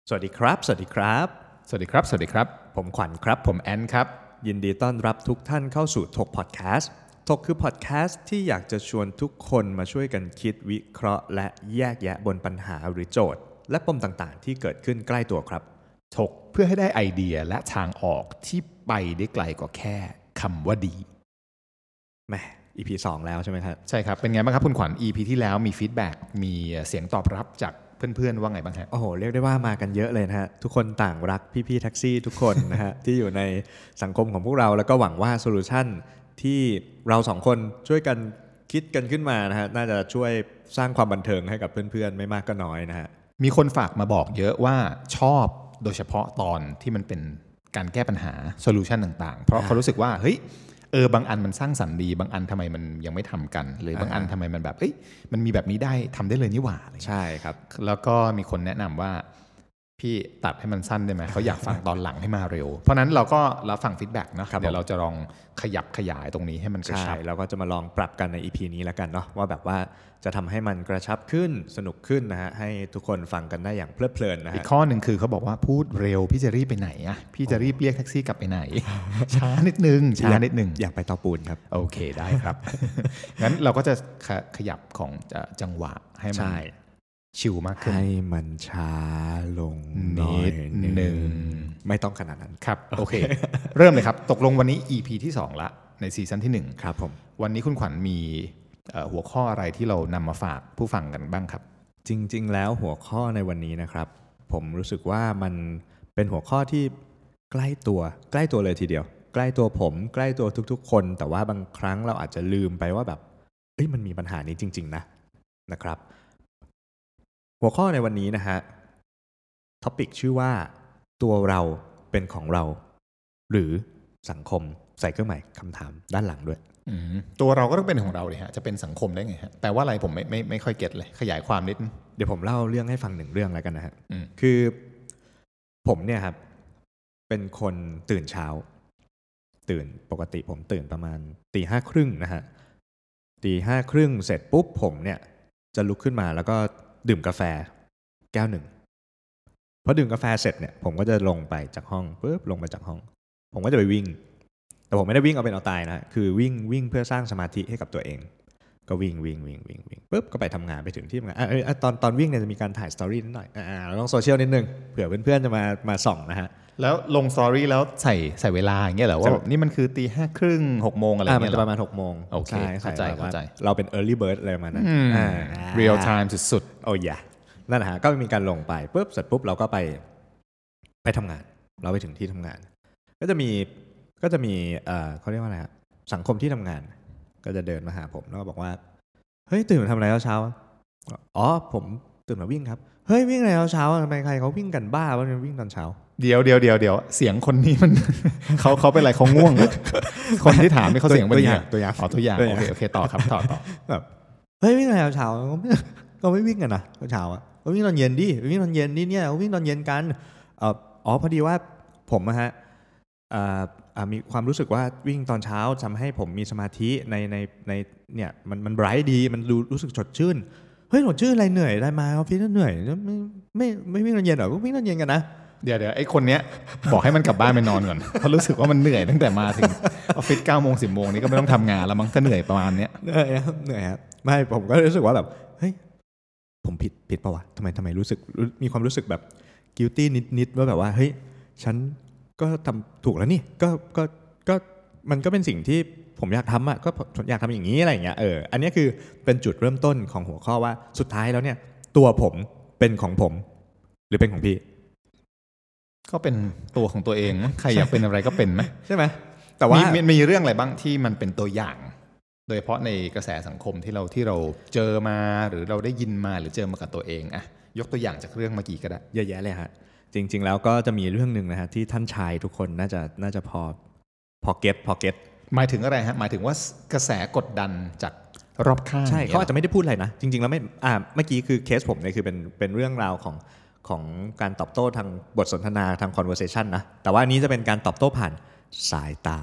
สวัสดีครับสวัสดีครับสวัสดีครับสวัสดีครับผมขวัญครับผมแอนครับยินดีต้อนรับทุกท่านเข้าสู่ถกพอดแคสต์ถกคือพอดแคสต์ที่อยากจะชวนทุกคนมาช่วยกันคิดวิเคราะห์และแยกแยะบนปัญหาหรือโจทย์และปมต่างๆที่เกิดขึ้นใกล้ตัวครับถกเพื่อให้ได้ไอเดียและทางออกที่ไปได้ไกลกว่าแค่คำว่าดีแหม EP 2แล้วใช่ไหมครับใช่ครับเป็นไงบ้างครับคุณขวัญ EP ที่แล้วมีฟีดแบ็กมีเสียงตอบรับจากเพื่อนๆว่าไงบ้างฮะโอ้โหเรียกได้ว่ามากันเยอะเลยนะฮะทุกคนต่างรักพี่ๆแท็กซี่ทุกคนนะฮะ ที่อยู่ในสังคมของพวกเราแล้วก็หวังว่าโซลูชันที่เราสองคนช่วยกันคิดกันขึ้นมานะฮะน่าจะช่วยสร้างความบันเทิงให้กับเพื่อนๆไม่มากก็น้อยนะฮะมีคนฝากมาบอกเยอะว่าชอบโดยเฉพาะตอนที่มันเป็นการแก้ปัญหาโซลูชันต่างๆเพราะเขารู้สึกว่าเฮ้ยบางอันมันสร้างสรรค์ดีบางอันทำไมมันยังไม่ทำกันหรือบางอันทำไมมันแบบมันมีแบบนี้ได้ทำได้เลยนี่หว่าใช่ครับแล้วก็มีคนแนะนำว่าพี่ตัดให้มันสั้นได้ไหมเขาอยากฟังตอนหลังให้มาเร็วเพราะนั้นเราก็รับฟังฟีดแบ็กนะเดี๋ยวเราจะลองขยับขยายตรงนี้ให้มันกระชับเราก็จะมาลองปรับกันใน EP นี้แล้วกันเนาะว่าแบบว่าจะทำให้มันกระชับขึ้นสนุกขึ้นนะฮะให้ทุกคนฟังกันได้อย่างเพลิดเพลินนะฮะอีกข้อหนึ่งคือเขาบอกว่าพูดเร็วพี่จะรีบไปไหนอะพี่จะรีบเรียกแท็กซี่กลับไปไหน ช้านิดนึงอยากไปต่อปูนครับโอเคได้ครับ งั้นเราก็จะขยับของจังหวะให้มันชิลมากขึ้นให้มันช้าลงนิดนึงไม่ต้องขนาดนั้นครับโอเค เริ่มเลยครับตกลงวันนี้ EP ที่2ละในซีซั่นที่1 ครับผมวันนี้คุณขวัญมีหัวข้ออะไรที่เรานำมาฝากผู้ฟังกันบ้างครับจริงๆแล้วหัวข้อในวันนี้นะครับผมรู้สึกว่ามันเป็นหัวข้อที่ใกล้ตัวเลยทีเดียวใกล้ตัวผมใกล้ตัวทุกๆคนแต่ว่าบางครั้งเราอาจจะลืมไปว่าแบบมันมีปัญหานี้จริงๆนะครับหัวข้อในวันนี้นะฮะท็อปิกชื่อว่าตัวเราเป็นของเราหรือสังคมใส่เครื่องหมายคำถามด้านหลังด้วยตัวเราก็ต้องเป็นของเราเลยฮะจะเป็นสังคมได้ไงฮะแปลว่าอะไรผมไม่ค่อยเก็ตเลยขยายความนิดเดี๋ยวผมเล่าเรื่องให้ฟังหนึ่งเรื่องแล้วกันนะฮะคือผมเนี่ยครับเป็นคนตื่นเช้าปกติผมตื่นประมาณ 5:30 นะฮะ 5:30 เสร็จปุ๊บผมเนี่ยจะลุกขึ้นมาแล้วก็ดื่มกาแฟแก้วหนึ่งพอดื่มกาแฟเสร็จเนี่ยผมก็จะลงไปจากห้องปุ๊บลงไปจากห้องผมก็จะไปวิ่งแต่ผมไม่ได้วิ่งเอาเป็นเอาตายนะคือวิ่งเพื่อสร้างสมาธิให้กับตัวเองก็วิ่งปุ๊บก็ไปทำงานไปถึงที่ทำงานตอนวิ่งเนี่ยจะมีการถ่ายสตอรี่นิดหน่อยเราต้องโซเชียลนิดนึงเผื่อเพื่อนๆจะมาส่องนะฮะแล้วลงสตอรี่แล้วใส่เวลาอย่างเงี้ยเหรอว่านี่มันคือ 5:30 6 โมงอะไรเงี้ยมันจะประมาณ 6 โมงโอเคเข้าใจเราเป็น early bird อะไรมานะ real time สุดๆโอ้ยนั่นแหละฮะก็มีการลงไปปุ๊บเสร็จปุ๊บเราก็ไปทำงานเราไปถึงที่ทำงานก็จะมีเขาเรียกว่าอะไรฮะสังคมที่ทำงานก็จะเดินมาหาผมแล้วก็บอกว่าเฮ้ยตื่นมาทำอะไรเช้าอ๋อผมตื่นมาวิ่งครับเฮ้ยวิ่งอะไรเช้าทำไมใครเขาวิ่งกันบ้าวะวิ่งตอนเช้าเดี๋ยวเสียงคนนี้มัน เขาเป็นอะไรเขาง่วง คนที่ถามนี่เขาเสียงเป็นยังไงตัวอย่างโอเคต่อครับต่อแบบเฮ้ยวิ่งอะไรเช้าก็ไม่วิ่งกันนะเช้าวิ่งตอนเย็นดิวิ่งตอนเย็นนี่เนี่ยวิ่งตอนเย็นกันพอดีว่าผมอะฮะมีความรู้สึกว่าวิ่งตอนเช้าทำให้ผมมีสมาธิในเนี่ยมันไบรท์ดีมันรู้สึกสดชื่นเฮ้ยสดชื่นอะไรเหนื่อยได้มาออฟฟิศเหนื่อยไม่วิ่งตอนเย็นหรอก็วิ่งตอนเย็นกันนะเดี๋ยวไอ้คนเนี้ยบอกให้มันกลับบ้านไปนอนก่อนเพราะรู้สึกว่ามันเหนื่อยตั้งแต่มาถึงออฟฟิศ 9 โมง 10 โมงนี้ก็ไม่ต้องทำงานแล้วมั้งถ้าเหนื่อยประมาณเนี้ยเหนื่อยครับไม่ผมก็รู้สึกว่าแบบเฮ้ยผมผิดป่าวะทำไมรู้สึกมีความรู้สึกแบบ guilty นิดว่าแบบว่าเฮ้ยฉันก็ทำถูกแล้วนี่ก็มันก็เป็นสิ่งที่ผมอยากทำอ่ะก็ผมอยากทำอย่างนี้อะไรอย่างเงี้ยอันนี้คือเป็นจุดเริ่มต้นของหัวข้อว่าสุดท้ายแล้วเนี่ยตัวผมเป็นของผมหรือเป็นของพี่ก็เป็นตัวของตัวเองใครอยากเป็นอะไรก็เป็นไหมใช่ไหมแต่ว่ามีเรื่องอะไรบ้างที่มันเป็นตัวอย่างโดยเฉพาะในกระแสสังคมที่เราเจอมาหรือเราได้ยินมาหรือเจอมากับตัวเองอะยกตัวอย่างจากเรื่องเมื่อกี้ก็ได้เยอะแยะเลยฮะจริงๆแล้วก็จะมีเรื่องนึงนะฮะที่ท่านชายทุกคนน่าจะพอเก็ตหมายถึงอะไรฮะหมายถึงว่ากระแสกดดันจากรอบข้างใช่เขาอาจจะไม่ได้พูดอะไรนะจริงๆแล้วไม่เมื่อกี้คือเคสผมเนี่ยคือเป็นเรื่องราวของการตอบโต้ทางบทสนทนาทาง conversation นะแต่ว่าอันนี้จะเป็นการตอบโต้ผ่านสายตา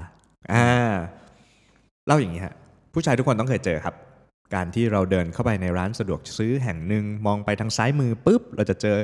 เล่าอย่างนี้ฮะผู้ชายทุกคนต้องเคยเจอครับการที่เราเดินเข้าไปในร้านสะดวกซื้อแห่งหนึ่งมองไปทางซ้ายมือปุ๊บเราจะเจอ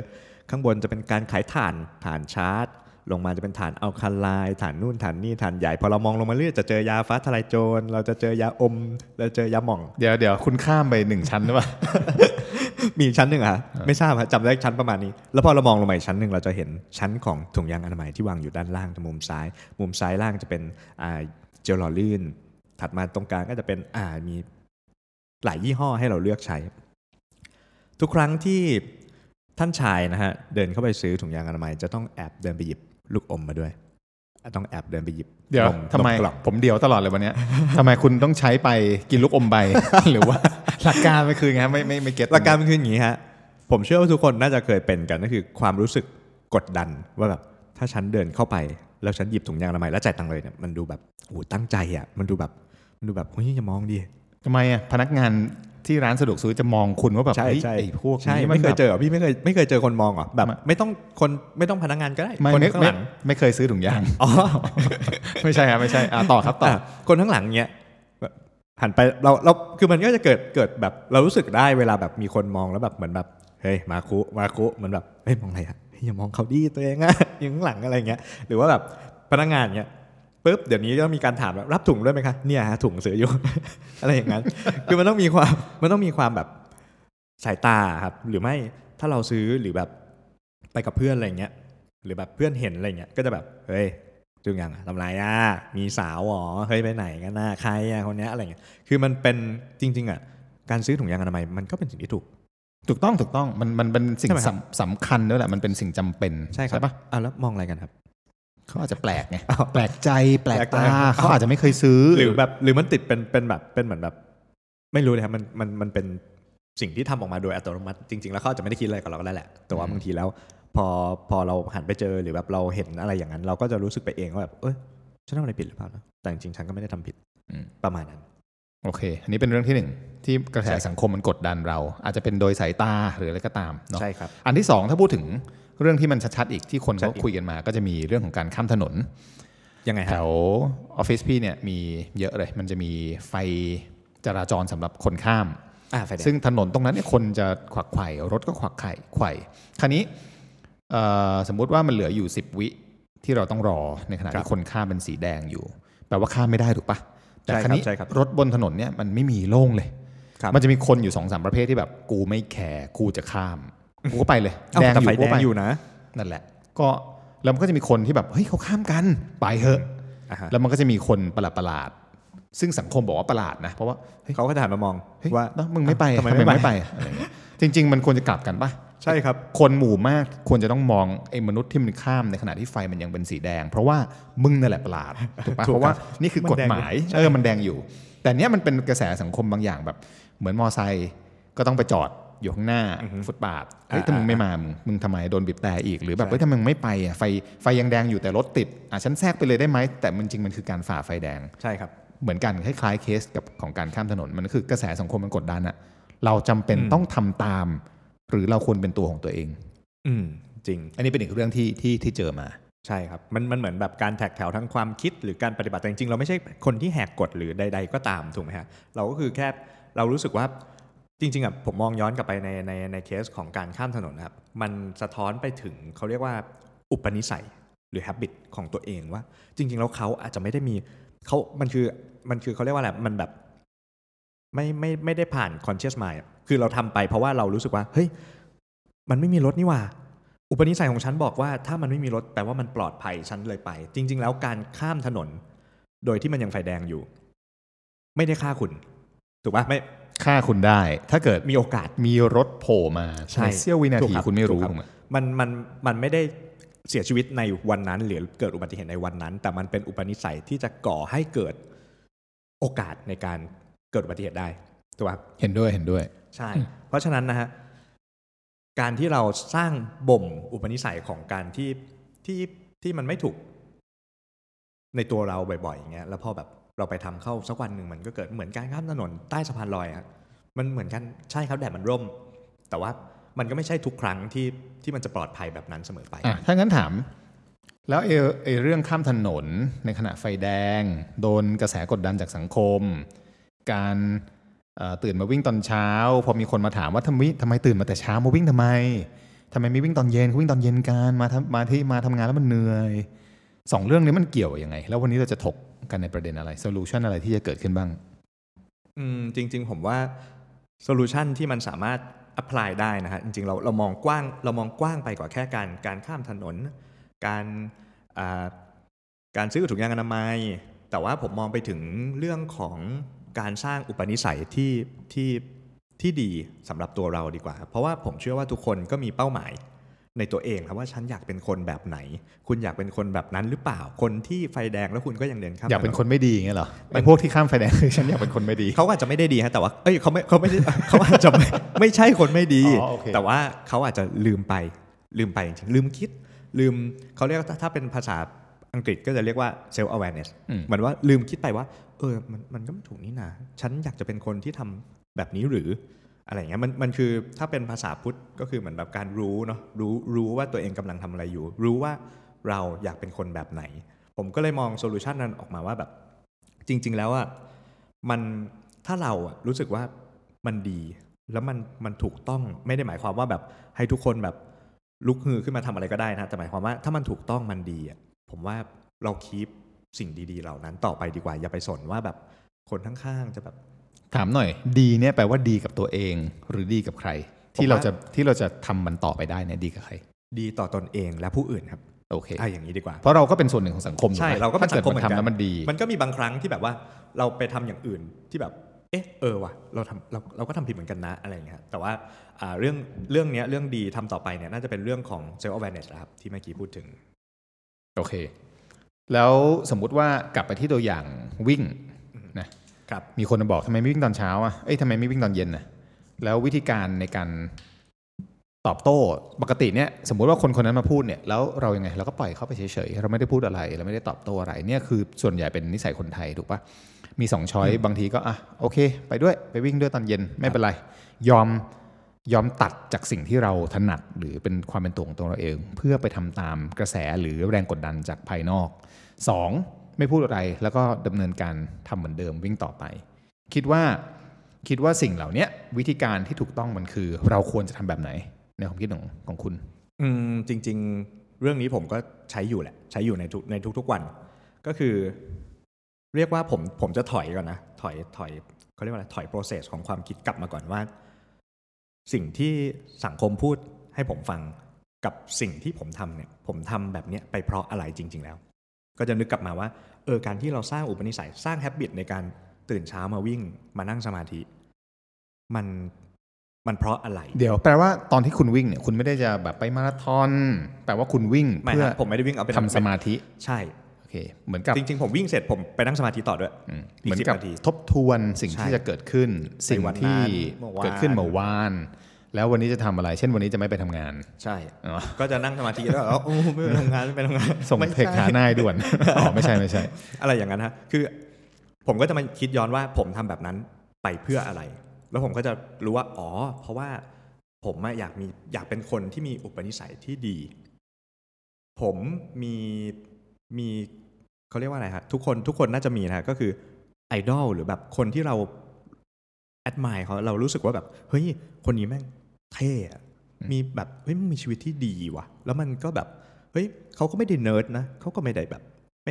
ข้างบนจะเป็นการขายถ่านชาร์จลงมาจะเป็นถ่านอัลคาไลน์ถ่านนู่นถ่านนี่ถ่านใหญ่พอเรามองลงมาเรื่อยจะเจอยาฟ้าทลายโจรเราจะเจอยาอมเราเจอยาหม่องเดี๋ยวคุณข้ามไป1ชั้นหรือเปล่ามีชั้นหนึ่งอะไม่ทราบจำได้ชั้นประมาณนี้แล้วพอเรามองลงมาอีกชั้นหนึ่งเราจะเห็นชั้นของถุงยางอนามัยที่วางอยู่ด้านล่างมุมซ้ายล่างจะเป็นเจลหล่อลื่นถัดมาตรงกลางก็จะเป็นมีหลายยี่ห้อให้เราเลือกใช้ทุกครั้งที่ท่านชายนะฮะเดินเข้าไปซื้อถุงยางอนามัยจะต้องแอบเดินไปหยิบลูกอมมาด้วยต้องแอบเดินไปหยิบเดี๋ยวทำไมผมเดียวตลอดเลยวันนี้ ทำไมคุณต้องใช้ไปกินลูกอมใบ หรือว่าหลักการมันคือไงไม่เก็ตหลักการมันคืออย่างนี้ฮะผมเชื่อว่าทุกคนน่าจะเคยเป็นกันก็คือความรู้สึกกดดันว่าแบบถ้าฉันเดินเข้าไปแล้วฉันหยิบถุงยางอนามัยแล้วจ่ายตังค์เลยเนี่ยมันดูแบบโอ้ตั้งใจอ่ะมันดูแบบเฮ้ยอย่ามองดิทำไมอ่ะพนักงานที่ร้านสะดวกซื้อจะมองคุณว่าแบบใช่ไอ้พวกนี้ไม่เคยเจอพี่ไม่เคยเจอคนมองอ่ะแบบไม่ต้องพนักงานก็ได้คนข้างหลังไม่เคยซื้อถุงยางอ๋อไม่ใช่ครับไม่ใช่ต่อครับต่อคนข้างหลังเนี้ยหันไปเราคือมันก็จะเกิดแบบเรารู้สึกได้เวลาแบบมีคนมองแล้วแบบเหมือนแบบเฮ้ยมาคุเหมือนแบบเฮ้ยมองอะไรอ่ะอย่ามองเขาดีตัวเองอ่ะอยู่ข้างหลังอะไรเงี้ยหรือว่าแบบพนักงานเนี้ยปุ๊บเดี๋ยวนี้ก็มีการถามรับถุงด้วยไหมคะเนี่ยฮะถุงซื้ออยู่ อะไรอย่างนั้นคือมันต้องมีความแบบสายตาครับหรือไม่ถ้าเราซื้อหรือแบบไปกับเพื่อนอะไรเงี้ยหรือแบบเพื่อนเห็นอะไรเงี้ยก็จะแบบเฮ้ยจุงยังทำไรอ่ะมีสาวหรอเฮ้ยไปไหนกันน่ะใครอ่ะคนนี้อะไรเงี้ยคือมันเป็นจริงๆอ่ะการซื้อถุงยางอนามัยมันก็เป็นสิ่งที่ถูกต้องมันเป็นสิ่งสำคัญด้วยแหละมันเป็นสิ่งจำเป็นใช่ปะแล้วมองอะไรกันครับเขาอาจจะแปลกไงแปลกใจแปลกตาเขาอาจจะไม่เคยซื้อหรือมันติดเป็นแบบเป็นเหมือนแบบไม่รู้เลยครับมันเป็นสิ่งที่ทำออกมาโดยอัตโนมัติจริงๆแล้วเขาจะไม่ได้คิดอะไรกับเราก็ได้แหละแต่ว่าบางทีแล้วพอเราหันไปเจอหรือแบบเราเห็นอะไรอย่างนั้นเราก็จะรู้สึกไปเองว่าแบบฉันทำอะไรผิดหรือเปล่านะแต่จริงๆฉันก็ไม่ได้ทำผิดประมาณนั้นโอเคอันนี้เป็นเรื่องที่หนึ่งที่กระแสสังคมมันกดดันเราอาจจะเป็นโดยสายตาหรืออะไรก็ตามเนาะใช่ครับอันที่สองถ้าพูดถึงเรื่องที่มันชัดๆอีกที่คนเขาคุยกันมาก็จะมีเรื่องของการข้ามถนนยังไงแถวออฟฟิศพี่เนี่ยมีเยอะเลยมันจะมีไฟจราจรสำหรับคนข้ามซึ่งถนนตรงนั้นเนี่ยคนจะขวักไขว่รถก็ขวักไขว่คราวนี้สมมุติว่ามันเหลืออยู่10 วิที่เราต้องรอในขณะที่คนข้ามเป็นสีแดงอยู่แปลว่าข้ามไม่ได้ถูกปะแต่คราวนี้รถบนถนนเนี่ยมันไม่มีโล่งเลยมันจะมีคนอยู่ 2-3 ประเภทที่แบบกูไม่แคร์กูจะข้ามกูก็ไปเลยแดงอยู่กูไปอยู่นะนั่นแหละก็แล้วมันก็จะมีคนที่แบบเฮ้ยเขาข้ามกันไปเถอะแล้วมันก็จะมีคนประหลาดซึ่งสังคมบอกว่าประหลาดนะเพราะว่าเขาก็จะหันมามองว่ามึงไม่ไปทำไมไม่ไปอะไรเงี้ยจริงๆมันควรจะกลับกันปะใช่ครับคนหมู่มากควรจะต้องมองไอ้มนุษย์ที่มันข้ามในขณะที่ไฟมันยังเป็นสีแดงเพราะว่ามึงนั่นแหละประหลาดถูกปะเพราะว่านี่คือกฎหมายมันแดงอยู่แต่เนี้ยมันเป็นกระแสสังคมบางอย่างแบบเหมือนมอไซค์ก็ต้องไปจอดอยู่ข้างหน้าฟุตบาทเฮ้ยถ้ามึงไม่มามึงทำไมโดนบีบแต่อีกหรือแบบเฮ้ยถ้ามึงไม่ไปอ่ะไฟยังแดงอยู่แต่รถติดฉันแทรกไปเลยได้ไหมแต่จริงมันคือการฝ่าไฟแดงใช่ครับเหมือนกันคล้ายๆเคสกับของการข้ามถนนมันคือกระแสสังคมมันกดดันอะเราจำเป็นต้องทำตามหรือเราควรเป็นตัวของตัวเองจริงอันนี้เป็นอีกเรื่องที่เจอมาใช่ครับมันเหมือนแบบการแท็กแถวทั้งความคิดหรือการปฏิบัติแต่จริงๆเราไม่ใช่คนที่แหกกฎหรือใดๆก็ตามถูกไหมฮะเราก็คือแค่เรารู้สึกว่าจริงๆอ่ะผมมองย้อนกลับไปในเคสของการข้ามถนนนะครับมันสะท้อนไปถึงเขาเรียกว่าอุปนิสัยหรือ habit ของตัวเองว่าจริงๆแล้วเขาอาจจะไม่ได้มีมันคือเขาเรียกว่าอะไรมันแบบไม่ได้ผ่าน conscious mind คือเราทำไปเพราะว่าเรารู้สึกว่าเฮ้ยมันไม่มีรถนี่หว่าอุปนิสัยของฉันบอกว่าถ้ามันไม่มีรถแปลว่ามันปลอดภัยฉันเลยไปจริงๆแล้วการข้ามถนนโดยที่มันยังไฟแดงอยู่ไม่ได้ฆ่าคุณถูกป่ะไม่ฆ่าคุณได้ถ้าเกิดมีโอกาสมีรถโผล่มาในเสี้ยววินาทีคุณไม่รู้มันไม่ได้เสียชีวิตในวันนั้นหรือเกิดอุบัติเหตุในวันนั้นแต่มันเป็นอุปนิสัยที่จะก่อให้เกิดโอกาสในการเกิดอุบัติเหตุได้ถูกป่ะเห็นด้วยใช่เพราะฉะนั้นนะฮะการที่เราสร้างบ่มอุปนิสัยของการที่มันไม่ถูกในตัวเราบ่อยๆอย่างเงี้ยแล้วพอแบบเราไปทำเข้าสักวันหนึ่งมันก็เกิดเหมือนการข้ามถนนใต้สะพานลอยอะมันเหมือนกันใช่ครับแดดมันร่มแต่ว่ามันก็ไม่ใช่ทุกครั้งที่มันจะปลอดภัยแบบนั้นเสมอไปถ้างั้นถามแล้วเรื่องข้ามถนนในขณะไฟแดงโดนกระแสกดดันจากสังคมการตื่นมาวิ่งตอนเช้าพอมีคนมาถามว่าทำไมตื่นมาแต่เช้ามาวิ่งทำไมทำไมไม่วิ่งตอนเย็นวิ่งตอนเย็นกันมาทำงานแล้วมันเหนื่อย2เรื่องนี้มันเกี่ยวยังไงแล้ววันนี้เราจะถกกันในประเด็นอะไรโซลูชันอะไรที่จะเกิดขึ้นบ้างจริงๆผมว่าโซลูชันที่มันสามารถapply ได้นะฮะจริงๆเรามองกว้างไปกว่าแค่การข้ามถนนการซื้อถุงยางอนามัยแต่ว่าผมมองไปถึงเรื่องของการสร้างอุปนิสัยที่ดีสำหรับตัวเราดีกว่าเพราะว่าผมเชื่อว่าทุกคนก็มีเป้าหมายในตัวเองครับว่าฉันอยากเป็นคนแบบไหนคุณอยากเป็นคนแบบนั้นหรือเปล่าคนที่ไฟแดงแล้วคุณก็ยังเดินข้ามอยากเป็นคนไม่ดีอย่างเงี้ยเหรอไอ้พวกที่ข้ามไฟแดงคือฉันอยากเป็นคนไม่ดีเขาอาจจะไม่ได้ดีฮะแต่ว่าเขาไม่ได้เขาอาจจะไม่ใช่คนไม่ดีแต่ว่าเขาอาจจะลืมไปจริงๆลืมคิดลืมเขาเรียกถ้าเป็นภาษาอังกฤษก็จะเรียกว่า self awareness เหมือนว่าลืมคิดไปว่ามันก็ไม่ถูกนี่นะฉันอยากจะเป็นคนที่ทำแบบนี้หรืออะไรอย่างเงี้ยมันคือถ้าเป็นภาษาพุทธก็คือเหมือนแบบการรู้เนาะรู้ว่าตัวเองกำลังทำอะไรอยู่รู้ว่าเราอยากเป็นคนแบบไหนผมก็เลยมองโซลูชันนั้นออกมาว่าแบบจริงๆแล้วอ่ะมันถ้าเรารู้สึกว่ามันดีแล้วมันถูกต้องไม่ได้หมายความว่าแบบให้ทุกคนแบบลุกฮือขึ้นมาทำอะไรก็ได้นะแต่หมายความว่าถ้ามันถูกต้องมันดีอ่ะผมว่าเราคีปสิ่งดีๆเหล่านั้นต่อไปดีกว่าอย่าไปสนว่าแบบคนข้างๆจะแบบถามหน่อยดีเนี่ยแปลว่าดีกับตัวเองหรือดีกับใครที่เราจะทำมันต่อไปได้เนี่ยดีกับใครดีต่อตนเองและผู้อื่นครับโอเคอย่างนี้ดีกว่าเพราะเราก็เป็นส่วนหนึ่งของสังคมใช่เราก็เป็นสังคมเหมือนกันแล้วมันดีมันก็มีบางครั้งที่แบบว่าเราไปทำอย่างอื่นที่แบบว่ะเราก็ทำผิดเหมือนกันนะอะไรอย่างเงี้ยแต่ว่าเรื่องนี้เรื่องดีทำต่อไปเนี่ยน่าจะเป็นเรื่องของ self awareness นะครับที่เมื่อกี้พูดถึงโอเคแล้วสมมุติว่ากลับไปที่ตัวอย่างวิ่งนะครับมีคนมาบอกทำไมไม่วิ่งตอนเช้าทำไมไม่วิ่งตอนเย็นแล้ววิธีการในการตอบโต้ปกติเนี่ยสมมุติว่าคนนั้นมาพูดเนี่ยแล้วเรายังไงเราก็ปล่อยเขาไปเฉยๆเราไม่ได้พูดอะไรเราไม่ได้ตอบโต้อะไรเนี่ยคือส่วนใหญ่เป็นนิสัยคนไทยถูกปะมี2ช้อยบางทีก็โอเคไปวิ่งด้วยตอนเย็นไม่เป็นไรยอมตัดจากสิ่งที่เราถนัดหรือเป็นความเป็นตัวของตัวเราเองเพื่อไปทำตามกระแสหรือแรงกดดันจากภายนอก2ไม่พูดอะไรแล้วก็ดำเนินการทำเหมือนเดิมวิ่งต่อไปคิดว่าสิ่งเหล่านี้วิธีการที่ถูกต้องมันคือเราควรจะทำแบบไหนในความคิดของคุณจริงๆเรื่องนี้ผมก็ใช้อยู่แหละใช้อยู่ในทุกๆวันก็คือเรียกว่าผมจะถอยก่อนนะถอยเขาเรียกว่าอะไรถอย process ของความคิดกลับมาก่อนว่าสิ่งที่สังคมพูดให้ผมฟังกับสิ่งที่ผมทำเนี่ยผมทำแบบนี้ไปเพราะอะไรจริงๆแล้วก็จะนึกกลับมาว่าการที่เราสร้างอุปนิสัยสร้าง habit ในการตื่นเช้ามาวิ่งมานั่งสมาธิมันเพราะอะไรเดี๋ยวแปลว่าตอนที่คุณวิ่งเนี่ยคุณไม่ได้จะแบบไปมาราธอนแปลว่าคุณวิ่งเพื่อผมไม่ได้วิ่งเอาไปทำสมาธิใช่โอเคเหมือนกับจริงๆผมวิ่งเสร็จผมไปนั่งสมาธิต่อด้วยเหมือนกับทบทวนสิ่งที่จะเกิดขึ้นสิ่งที่เกิดขึ้นเมื่อวานแล้ววันนี้จะทำอะไรเช่นวันนี้จะไม่ไปทำงานใช่ก็จะนั่งสมาธิแล้วไม่ไปทำงานส่งเทคหาหน้าด่วนไม่ใช่อะไรอย่างนั้นฮะคือผมก็จะมาคิดย้อนว่าผมทำแบบนั้นไปเพื่ออะไรแล้วผมก็จะรู้ว่าเพราะว่าผมอยากเป็นคนที่มีอุปนิสัยที่ดีผมมีเขาเรียกว่าอะไรฮะทุกคนน่าจะมีนะก็คือไอดอลหรือแบบคนที่เราแอดไมร์เขาเรารู้สึกว่าแบบเฮ้ยคนนี้แม่งเท่มีแบบเฮ้ยมันมีชีวิตที่ดีว่ะแล้วมันก็แบบเฮ้ยเขาก็ไม่ได้เนิร์ดนะเขาก็ไม่ได้แบบไม่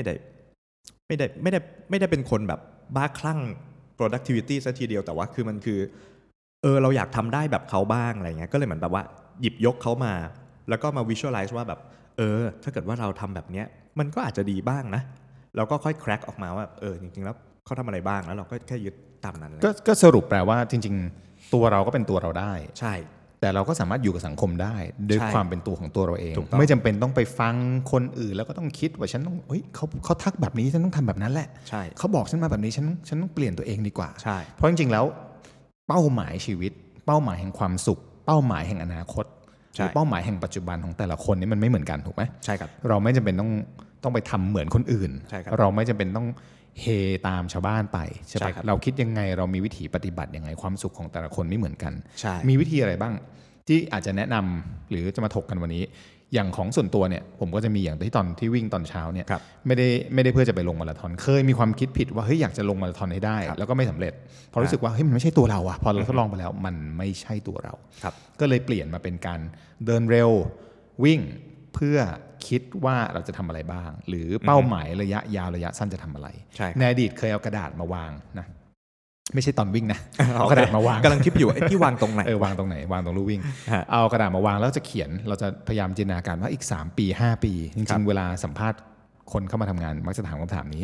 ได้เป็นคนแบบบ้าคลั่ง productivity ซะทีเดียวแต่ว่าคือมันคือเราอยากทำได้แบบเขาบ้างอะไรเงี้ยก็เลยเหมือนแบบว่าหยิบยกเขามาแล้วก็มา visualize ว่าแบบถ้าเกิดว่าเราทำแบบเนี้ยมันก็อาจจะดีบ้างนะเราก็ค่อย crack ออกมาว่าจริงๆแล้วเขาทำอะไรบ้างแล้วเราก็แค่ยึดตามนั้นก็สรุปแปลว่าจริงๆตัวเราก็เป็นตัวเราได้ใช่แต่เราก็สามารถอยู่กับสังคมได้ด้วยความเป็นตัวของตัวเราเองไม่จำเป็นต้องไปฟังคนอื่นแล้วก็ต้องคิดว่าฉันต้องเขาทักแบบนี้ฉันต้องทำแบบนั้นแหละเขาบอกฉันมาแบบนี้ฉันต้องเปลี่ยนตัวเองดีกว่าเพราะจริงๆแล้วเป้าหมายชีวิตเป้าหมายแห่งความสุขเป้าหมายแห่งอนาคตหรือเป้าหมายแห่งปัจจุบันของแต่ละคนนี่มันไม่เหมือนกันถูกไหมใช่ครับเราไม่จำเป็นต้องไปทำเหมือนคนอื่นเราไม่จำเป็นต้องเฮตามชาวบ้านไปใช่ไหมเราคิดยังไงเรามีวิธีปฏิบัติยังไงความสุขของแต่ละคนไม่เหมือนกันมีวิธีอะไรบ้างที่อาจจะแนะนำหรือจะมาถกกันวันนี้อย่างของส่วนตัวเนี่ยผมก็จะมีอย่างที่ตอนที่วิ่งตอนเช้าเนี่ยไม่ได้เพื่อจะไปลงมาราธอนเคยมีความคิดผิดว่าเฮ้ยอยากจะลงมาราธอนให้ได้แล้วก็ไม่สำเร็จเพราะรู้สึกว่าเฮ้ยมันไม่ใช่ตัวเราอะพอเราทดลองไปแล้วมันไม่ใช่ตัวเราก็เลยเปลี่ยนมาเป็นการเดินเร็ววิ่งเพื่อคิดว่าเราจะทำอะไรบ้างหรือเป้าหมายระยะยาวระยะสั้นจะทำอะไรในอดีตเคยเอากระดาษมาวางนะไม่ใช่ตอนวิ่งนะเอากระดาษมาวางกำลังคิดอยู่ไอ้ที่วางตรงไหนวางตรงไหนวางตรงลู่วิ่งเอากระดาษมาวางแล้วจะเขียนเราจะพยายามจินตนาการว่าอีก3 ปี 5 ปีจริงๆเวลาสัมภาษณ์คนเข้ามาทำงานมักจะถามคำถามนี้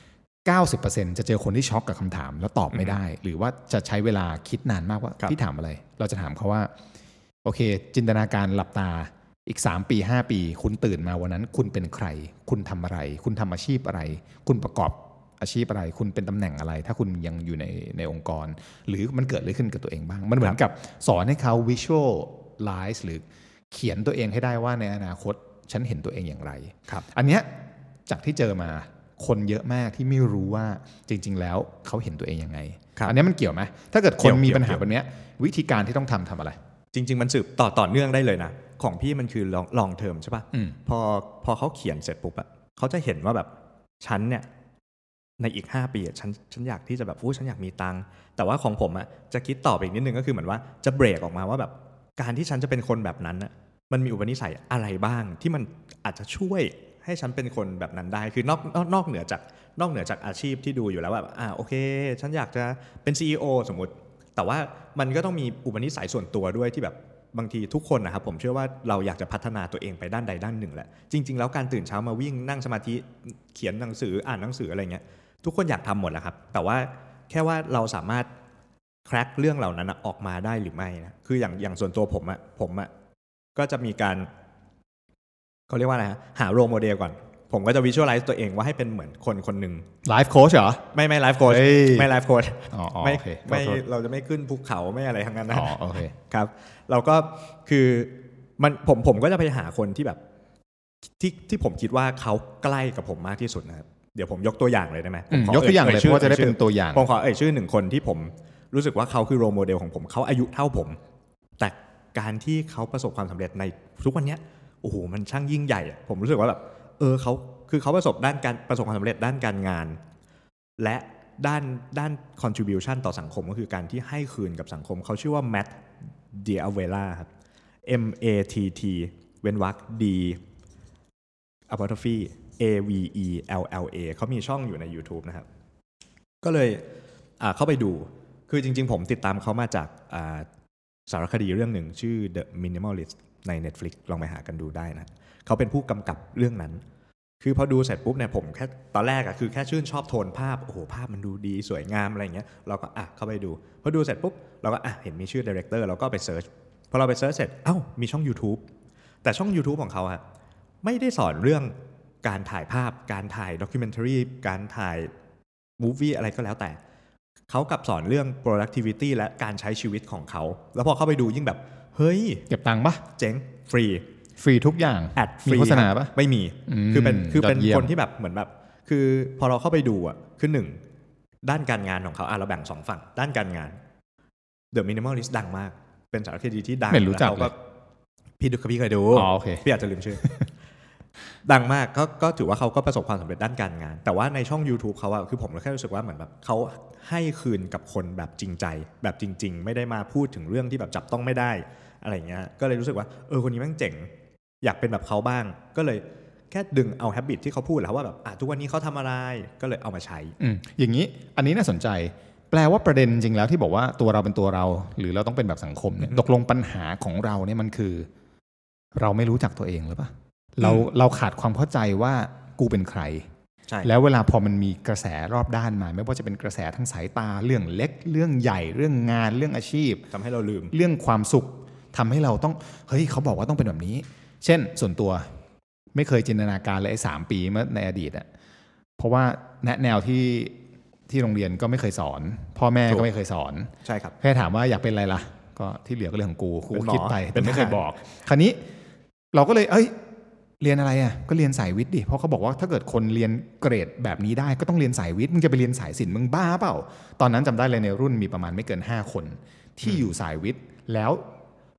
90% จะเจอคนที่ช็อกกับคำถามแล้วตอบไม่ได้หรือว่าจะใช้เวลาคิดนานมากว่าพี่ถามอะไรเราจะถามเขาว่าโอเคจินตนาการหลับตาอีก3 ปี 5 ปีคุณตื่นมาวันนั้นคุณเป็นใครคุณทำอะไรคุณทำอาชีพอะไรคุณประกอบอาชีพอะไรคุณเป็นตำแหน่งอะไรถ้าคุณยังอยู่ในองค์กรหรือมันเกิดอะไรขึ้นกับตัวเองบ้างมันเหมือนกับสอนให้เขา visualize หรือเขียนตัวเองให้ได้ว่าในอนาคตฉันเห็นตัวเองอย่างไรอันเนี้ยจากที่เจอมาคนเยอะมากที่ไม่รู้ว่าจริงๆแล้วเขาเห็นตัวเองยังไงอันนี้มันเกี่ยวไหมถ้าเกิดคนมีปัญหาแบบนี้วิธีการที่ต้องทำอะไรจริงๆมันสืบต่อเนื่องได้เลยนะของพี่มันคือลองเทอมใช่ป่ะพอเขาเขียนเสร็จปุ๊บอะเขาจะเห็นว่าแบบฉันเนี่ยในอีก5 ปีฉันอยากที่จะแบบฉันอยากมีตังค์แต่ว่าของผมอะจะคิดต่อไปอีกนิดนึงก็คือเหมือนว่าจะเบรกออกมาว่าแบบการที่ฉันจะเป็นคนแบบนั้นอะมันมีอุปนิสัยอะไรบ้างที่มันอาจจะช่วยให้ฉันเป็นคนแบบนั้นได้คือนอกเหนือจากอาชีพที่ดูอยู่แล้วแบบโอเคฉันอยากจะเป็น CEO สมมุติแต่ว่ามันก็ต้องมีอุปนิสัยส่วนตัวด้วยที่แบบบางทีทุกคนนะครับผมเชื่อว่าเราอยากจะพัฒนาตัวเองไปด้านใดด้านหนึ่งแหละจริงๆแล้วการตื่นเช้ามาวิ่งนั่งสมาธิเขียนหนังสืออ่านหนังสืออะไรเงี้ยทุกคนอยากทำหมดแหละครับแต่ว่าแค่ว่าเราสามารถแคร็กเรื่องเหล่านั้นออกมาได้หรือไม่นะคืออย่างส่วนตัวผมก็จะมีการเขาเรียกว่าอะไรหาโรลโมเดลก่อนผมก็จะวิชวลไลซ์ตัวเองว่าให้เป็นเหมือนคนหนึ่งไลฟ์โค้ชเหรอไม่ไลฟ์โค้ชไม่ไลฟ์โค้ชไม่เราจะไม่ขึ้นภูเขาไม่อะไรทั้งนั้นนะโอเคครับเราก็คือผมก็จะไปหาคนที่แบบที่ผมคิดว่าเขาใกล้กับผมมากที่สุดนะครับเดี๋ยวผมยกตัวอย่างเลยได้ไหมยกตัวอย่างเลยเพราะจะได้เป็นตัวอย่างผมขอชื่อ1 คนที่ผมรู้สึกว่าเขาคือโรลโมเดลของผมเขาอายุเท่าผมแต่การที่เขาประสบความสำเร็จในทุกวันนี้โอ้โหมันช่างยิ่งใหญ่ผมรู้สึกว่าแบบเขาประสบความสำเร็จด้านการงานและด้าน contribution ต่อสังคมก็คือการที่ให้คืนกับสังคมเขาชื่อว่า Matt D'Avella ครับ MATT เว้นวรรค D apostrophe AVELLA เขามีช่องอยู่ใน YouTube นะครับก็เลยเข้าไปดูคือจริงๆผมติดตามเขามาจากสารคดีเรื่องหนึ่งชื่อ The Minimalist ใน Netflix ลองไปหากันดูได้นะเขาเป็นผู้กำกับเรื่องนั้นคือพอดูเสร็จปุ๊บเนี่ยผมแค่ตอนแรกคือแค่ชื่นชอบโทนภาพโอ้โหภาพมันดูดีสวยงามอะไรเงี้ยเราก็เข้าไปดูพอดูเสร็จปุ๊บเราก็เห็นมีชื่อ Director เราก็ไปเซิร์ชพอเราไปเซิร์ชเสร็จมีช่อง YouTube แต่ช่อง YouTube ของเขาไม่ได้สอนเรื่องการถ่ายภาพการถ่ายด็อกิเมนทารีการถ่ายมูฟวี่อะไรก็แล้วแต่เขากลับสอนเรื่อง productivity และการใช้ชีวิตของเขาแล้วพอเข้าไปดูยิ่งแบบเฮ้ยเก็บตังค์ปะเจ๋งฟรีทุกอย่างมีโฆษณาปะไม่มีคือเป็นคนที่แบบเหมือนแบบคือพอเราเข้าไปดูคือ1ด้านการงานของเขาเราแบ่ง2ฝั่งด้านการงาน The Minimalist ดังมากเป็นสารคดีที่ดังไม่รู้จักเลยพี่เคยดูพี่อาจจะลืมชื่อดังมากก็ถือว่าเขาก็ประสบความสำเร็จด้านการงานแต่ว่าในช่อง YouTube เขาคือผมแค่รู้สึกว่าเหมือนแบบเขาให้คืนกับคนแบบจริงใจแบบจริงๆไม่ได้มาพูดถึงเรื่องที่แบบจับต้องไม่ได้อะไรเงี้ยก็เลยรู้สึกว่าคนนี้แม่งเจ๋งอยากเป็นแบบเขาบ้างก็เลยแค่ดึงเอา habit ที่เขาพูดแล้วว่าแบบทุกวันนี้เขาทำอะไรก็เลยเอามาใช้อย่างนี้อันนี้น่าสนใจแปลว่าประเด็นจริงแล้วที่บอกว่าตัวเราเป็นตัวเราหรือเราต้องเป็นแบบสังคมเนี่ยตกลงปัญหาของเราเนี่ยมันคือเราไม่รู้จักตัวเองหรือเปล่าเราขาดความเข้าใจว่ากูเป็นใครแล้วเวลาพอมันมีกระแสรอบด้านมาไม่ว่าจะเป็นกระแสทางสายตาเรื่องเล็กเรื่องใหญ่เรื่องงานเรื่องอาชีพทำให้เราลืมเรื่องความสุขทำให้เราต้องเฮ้ยเขาบอกว่าต้องเป็นแบบนี้เช่นส่วนตัวไม่เคยจินตนาการเลย3 ปีเมื่อในอดีตเพราะว่าแนวที่โรงเรียนก็ไม่เคยสอนพ่อแม่ก็ไม่เคยสอนใช่ครับแค่ถามว่าอยากเป็นอะไรล่ะก็ที่เหลือก็เรื่องของกูคิดไปแต่ไม่เคยบอกคราวนี้เราก็เลยเรียนอะไรก็เรียนสายวิทย์ดิเพราะเขาบอกว่าถ้าเกิดคนเรียนเกรดแบบนี้ได้ก็ต้องเรียนสายวิทย์มึงจะไปเรียนสายศิลป์มึงบ้าเปล่าตอนนั้นจำได้เลยในรุ่นมีประมาณไม่เกิน5 คนที่อยู่สายวิทย์แล้ว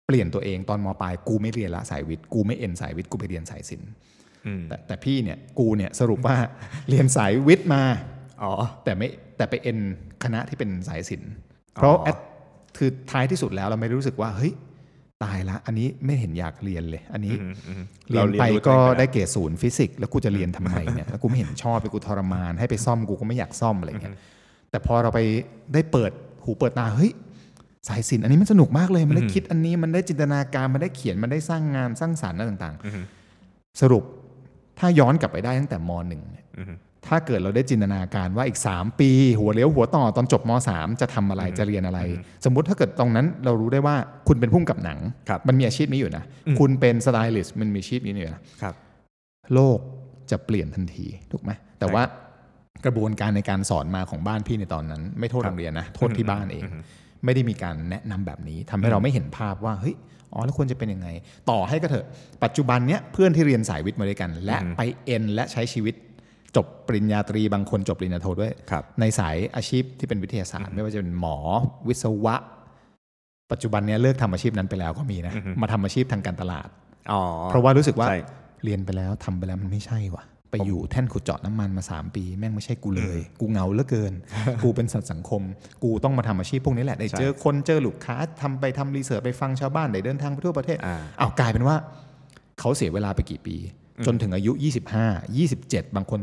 เปลี่ยนตัวเองตอนม.ปลายกูไม่เรียนละสายวิทย์กูไม่เอ็นสายวิทย์กูไปเรียนสายศิลป์แต่พี่เนี่ยกูเนี่ยสรุปว่าเรียนสายวิทย์มาแต่ไปเอ็นคณะที่เป็นสายศิลป์เพราะคือท้ายที่สุดแล้วเราไม่รู้สึกว่าเฮ้ยตายละอันนี้ไม่เห็นอยากเรียนเลยอันนี้เรียนไปก็ได้เกรด0ฟิสิกส์แล้วกูจะเรียนทำไมเนี่ยแล้วกูไม่เห็นชอบไปกูทรมานให้ไปซ่อมกูก็ไม่อยากซ่อมอะไรเงี้ยแต่พอเราไปได้เปิดหูเปิดตาเฮ้ยสายศิลป์อันนี้มันสนุกมากเลยมันได้คิดอันนี้มันได้จินตนาการมันได้เขียนมันได้สร้างงานสร้างสรรค์อะไรต่างๆสรุปถ้าย้อนกลับไปได้ตั้งแต่ม.1ถ้าเกิดเราได้จินตนาการว่าอีก3ปีหัวเลี้ยวหัวต่อตอนจบม.3จะทำอะไรจะเรียนอะไรสมมุติถ้าเกิดตรงนั้นเรารู้ได้ว่าคุณเป็นผู้กำกับหนังมันมีอาชีพนี้อยู่นะคุณเป็นสไตลิสต์มันมีอาชีพนี้อยู่นะโลกจะเปลี่ยนทันทีถูกไหมแต่ว่ากระบวนการในการสอนมาของบ้านพี่ในตอนนั้นไม่โทษโรงเรียนนะโทษที่บ้านเองไม่ได้มีการแนะนำแบบนี้ทำให้เราไม่เห็นภาพว่าเฮ้ยแล้วควรจะเป็นยังไงต่อให้ก็เถอะปัจจุบันเนี้ยเพื่อนที่เรียนสายวิทย์มาด้วยกันและไปเอ็นและใช้ชีวิตจบปริญญาตรีบางคนจบปริญญาโทด้วยในสายอาชีพที่เป็นวิทยาศาสตร์ไม่ว่าจะเป็นหมอวิศวะปัจจุบันนี้เลิกทำอาชีพนั้นไปแล้วก็มีนะมาทำอาชีพทางการตลาดเพราะว่ารู้สึกว่าเรียนไปแล้วทำไปแล้วมันไม่ใช่ว่ะไปอยู่แท่นขุดเจาะน้ำมันมา3 ปีแม่งไม่ใช่กูเลยกูเหงาเหลือเกินกูเป็นสัตว์สังคมกูต้องมาทำอาชีพพวกนี้แหละได้เจอคนเจอลูกค้าทำรีเสิร์ชไปฟังชาวบ้านได้เดินทางไปทั่วประเทศกลายเป็นว่าเขาเสียเวลาไปกี่ปีจนถึงอายุ25 27บางคน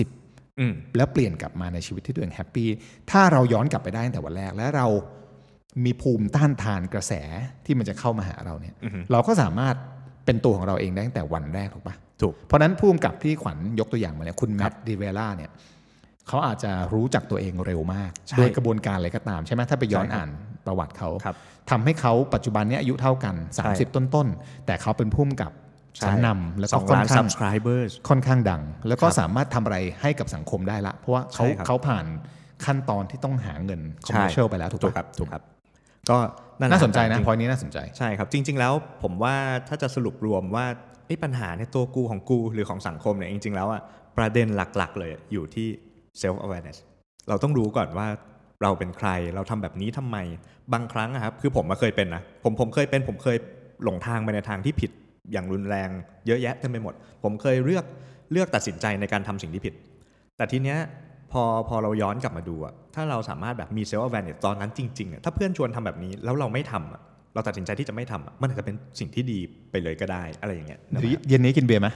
30แล้วเปลี่ยนกลับมาในชีวิตที่ตัวเองแฮปปี้ถ้าเราย้อนกลับไปได้ตั้งแต่วันแรกและเรามีภูมิต้านทานกระแสที่มันจะเข้ามาหาเราเนี่ยเราก็สามารถเป็นตัวของเราเองได้ตั้งแต่วันแรกถูกปะถูกเพราะนั้นผู้กำกับที่ขวัญยกตัวอย่างมาเนี่ยคุณแมตต์ดิเวล่าเนี่ยเขาอาจจะรู้จักตัวเองเร็วมากโดยกระบวนการอะไรก็ตามใช่ไหมถ้าไปย้อนอ่านประวัติเขาทำให้เขาปัจจุบันนี้อายุเท่ากัน30ต้นๆแต่เขาเป็นผู้กำกับชั้นนำแล้วก็ค่อนข้างดังแล้วก็สามารถทำอะไรให้กับสังคมได้ละเพราะว่าเขาผ่านขั้นตอนที่ต้องหาเงินคอมเมอร์เชียลไปแล้วถูกครับก็น่าสนใจนะพอยนี้น่าสนใจใช่ครับจริงๆแล้วผมว่าถ้าจะสรุปรวมว่าปัญหาในตัวกูของกูหรือของสังคมเนี่ยจริงๆแล้วประเด็นหลักๆเลยอยู่ที่ self awareness เราต้องรู้ก่อนว่าเราเป็นใครเราทำแบบนี้ทำไมบางครั้งครับคือผมเคยเป็นนะผมเคยหลงทางไปในทางที่ผิดอย่างรุนแรงเยอะแยะเต็มไปหมดผมเคยเลือกตัดสินใจในการทำสิ่งที่ผิดแต่ทีเนี้ยพอเราย้อนกลับมาดูถ้าเราสามารถแบบมี self awareness ตอนนั้นจริงๆถ้าเพื่อนชวนทำแบบนี้แล้วเราไม่ทำเราตัดสินใจที่จะไม่ทำมันอาจจะเป็นสิ่งที่ดีไปเลยก็ได้อะไรอย่างเงี้ยเย็นนี้กินเบียร์ไหม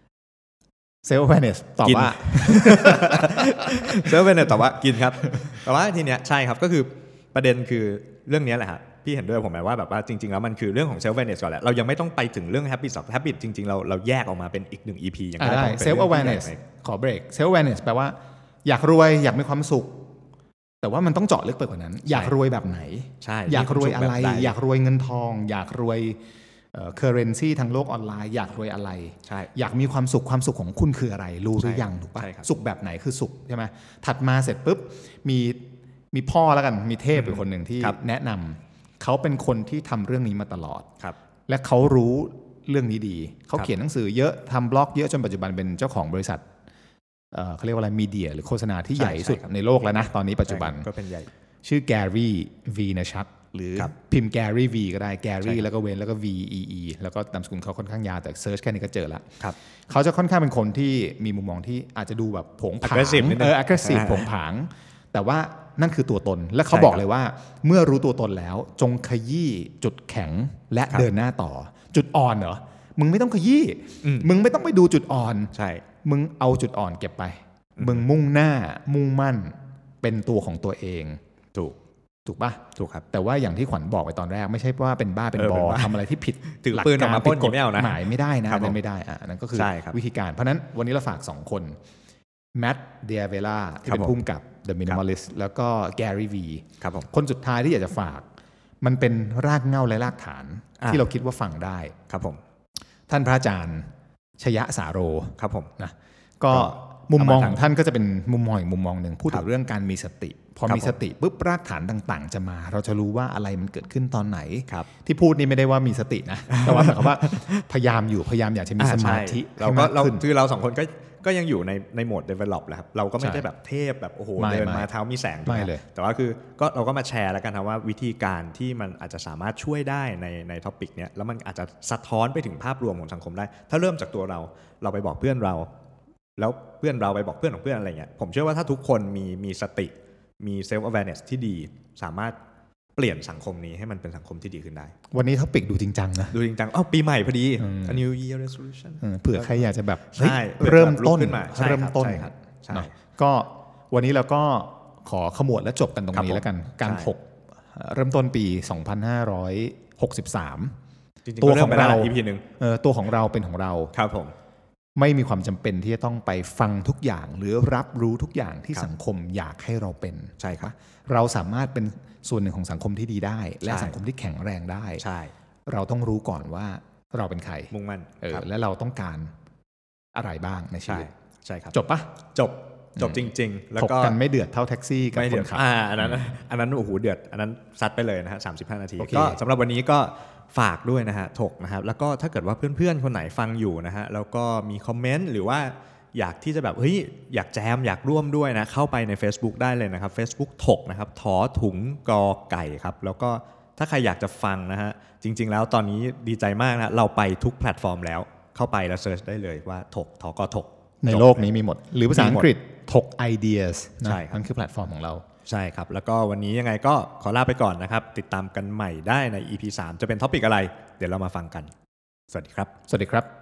self awareness ตอบว่า self awareness ตอบว่ากินครับแต่ว่าทีเนี้ยใช่ครับก็คือประเด็นคือเรื่องนี้แหละครับพี่เห็นด้วยผมไหมว่าแบบว่าจริงๆแล้วมันคือเรื่องของ self awareness ก่อนแหละเรายังไม่ต้องไปถึงเรื่อง habit จริงๆเราแยกออกมาเป็นอีก1 EP อย่างได้ self awareness ขอเบรก self awareness แปลว่าอยากรวยอยากมีความสุขแต่ว่ามันต้องเจาะลึกไปกว่านั้นอยากรวยแบบไหนอยากรวยอะไรอยากรวยเงินทองอยากรวยcurrency ทางโลกออนไลน์อยากรวยอะไรอยากมีความสุขของคุณคืออะไรรู้หรือยังถูกป่ะสุขแบบไหนคือสุขใช่ไหมถัดมาเสร็จปุ๊บมีพ่อแล้วกันมีเทพอีกคนหนึ่งที่แนะนำเขาเป็นคนที่ทำเรื่องนี้มาตลอดและเขารู้เรื่องนี้ดีเขาเขียนหนังสือเยอะทำบล็อกเยอะจนปัจจุบันเป็นเจ้าของบริษัทเขาเรียกว่าอะไรมีเดียหรือโฆษณาที่ใหญ่สุดในโลกแล้วนะตอนนี้ปัจจุบันก็เป็นใหญ่ชื่อแกรี่วีนชัดหรือพิมพ์แกรี่วีก็ได้แกรี่แล้วก็เว้นแล้วก็ VEE แล้วก็นามสกุลเขาค่อนข้างยาวแต่เซิร์ชแค่นี้ก็เจอละเขาจะค่อนข้างเป็นคนที่มีมุมมองที่อาจจะดูแบบผงผางaggressive ผงผางแต่ว่านั่นคือตัวตนและเขาบอกเลยว่าเมื่อรู้ตัวตนแล้วจงขยี้จุดแข็งและเดินหน้าต่อจุดอ่อนเหรอมึงไม่ต้องขยี้มึงไม่ต้องไปดูจุดอ่อนใช่มึงเอาจุดอ่อนเก็บไปมึงมุ่งหน้ามุ่งมั่นเป็นตัวของตัวเองถูกป่ะถูกครับแต่ว่าอย่างที่ขวัญบอกไปตอนแรกไม่ใช่ว่าเป็นบ้าเป็นบอทำอะไรที่ผิดถือปืนออกมาปล้นกฎหมายไม่ได้นะนั่นไม่ได้นั่นก็คือวิธีการเพราะนั้นวันนี้เราฝาก2คนแมตต์เดียเวล่าที่เป็นผู้กำกับ The Minimalist แล้วก็แกรี่วีคนสุดท้ายที่อยากจะฝากมันเป็นรากเหง้าและรากฐานที่เราคิดว่าฟังได้ครับผมท่านพระอาจารย์ชยสาโรครับผมนะก็มุมมองของท่านก็จะเป็นมุมมองอีกมุมมองหนึ่งพูดถึงเรื่องการมีสติพอมีสติปุ๊บรากฐานต่างๆจะมาเราจะรู้ว่าอะไรมันเกิดขึ้นตอนไหนครับที่พูดนี่ไม่ได้ว่ามีสตินะ แต่ว่าหมายความว่าพยายามอยากจะมีสมาธิเราก็คือเรา2คนก็ยังอยู่ในโหมด develop แหละครับเราก็ไม่ได้แบบเทพแบบโอ้โหเดินมาเท้ามีแสงไม่เลยแต่ว่าคือก็เราก็มาแชร์แล้วกันครับว่าวิธีการที่มันอาจจะสามารถช่วยได้ในท็อปิกเนี้ยแล้วมันอาจจะสะท้อนไปถึงภาพรวมของสังคมได้ถ้าเริ่มจากตัวเราไปบอกเพื่อนเราแล้วเพื่อนเราไปบอกเพื่อนของเพื่อนอะไรเงี้ยผมเชื่อว่าถ้าทุกคนมีสติมี self awareness ที่ดีสามารถเปลี่ยนสังคมนี้ให้มันเป็นสังคมที่ดีขึ้นได้วันนี้ท็อปิกดูจริงจังนะดูจริงจังปีใหม่พอดี New Year Resolution เผื่อใครอยากจะแบบเริ่มต้นก็วันนี้เราก็ขอขมวดและจบกันตรงนี้แล้วกันการถกเริ่มต้นปี2563ตัวของเราตัวของเราเป็นของเราครับผมไม่มีความจำเป็นที่จะต้องไปฟังทุกอย่างหรือรับรู้ทุกอย่างที่สังคมอยากให้เราเป็นใช่ครับเราสามารถเป็นส่วนหนึ่งของสังคมที่ดีได้และสังคมที่แข็งแรงได้ใช่เราต้องรู้ก่อนว่าเราเป็นใครมุ่งมั่นและเราต้องการอะไรบ้างในชีวิตใช่ครับจบปะจบจริงๆแล้วก็กันไม่เดือดเท่าแท็กซี่กับคนขับอันนั้นโอ้โหเดือดอันนั้นซัดไปเลยนะฮะ35 นาทีก็สำหรับวันนี้ก็ฝากด้วยนะฮะถกนะครับแล้วก็ถ้าเกิดว่าเพื่อนๆคนไหนฟังอยู่นะฮะแล้วก็มีคอมเมนต์หรือว่าอยากที่จะแบบเฮ้ยอยากแจมอยากร่วมด้วยนะเข้าไปใน Facebook ได้เลยนะครับ Facebook ถกนะครับถอถุงกอไก่ครับแล้วก็ถ้าใครอยากจะฟังนะฮะจริงๆแล้วตอนนี้ดีใจมากนะเราไปทุกแพลตฟอร์มแล้วเข้าไปแล้วเซิร์ชได้เลยว่าถกกถกในโลกนี้มีหมดหรือภาษาอังกฤษถก ideas นะนั่นคือแพลตฟอร์มของเราใช่ครับแล้วก็วันนี้ยังไงก็ขอลาไปก่อนนะครับติดตามกันใหม่ได้ใน EP 3จะเป็นท็อปิกอะไรเดี๋ยวเรามาฟังกันสวัสดีครับสวัสดีครับ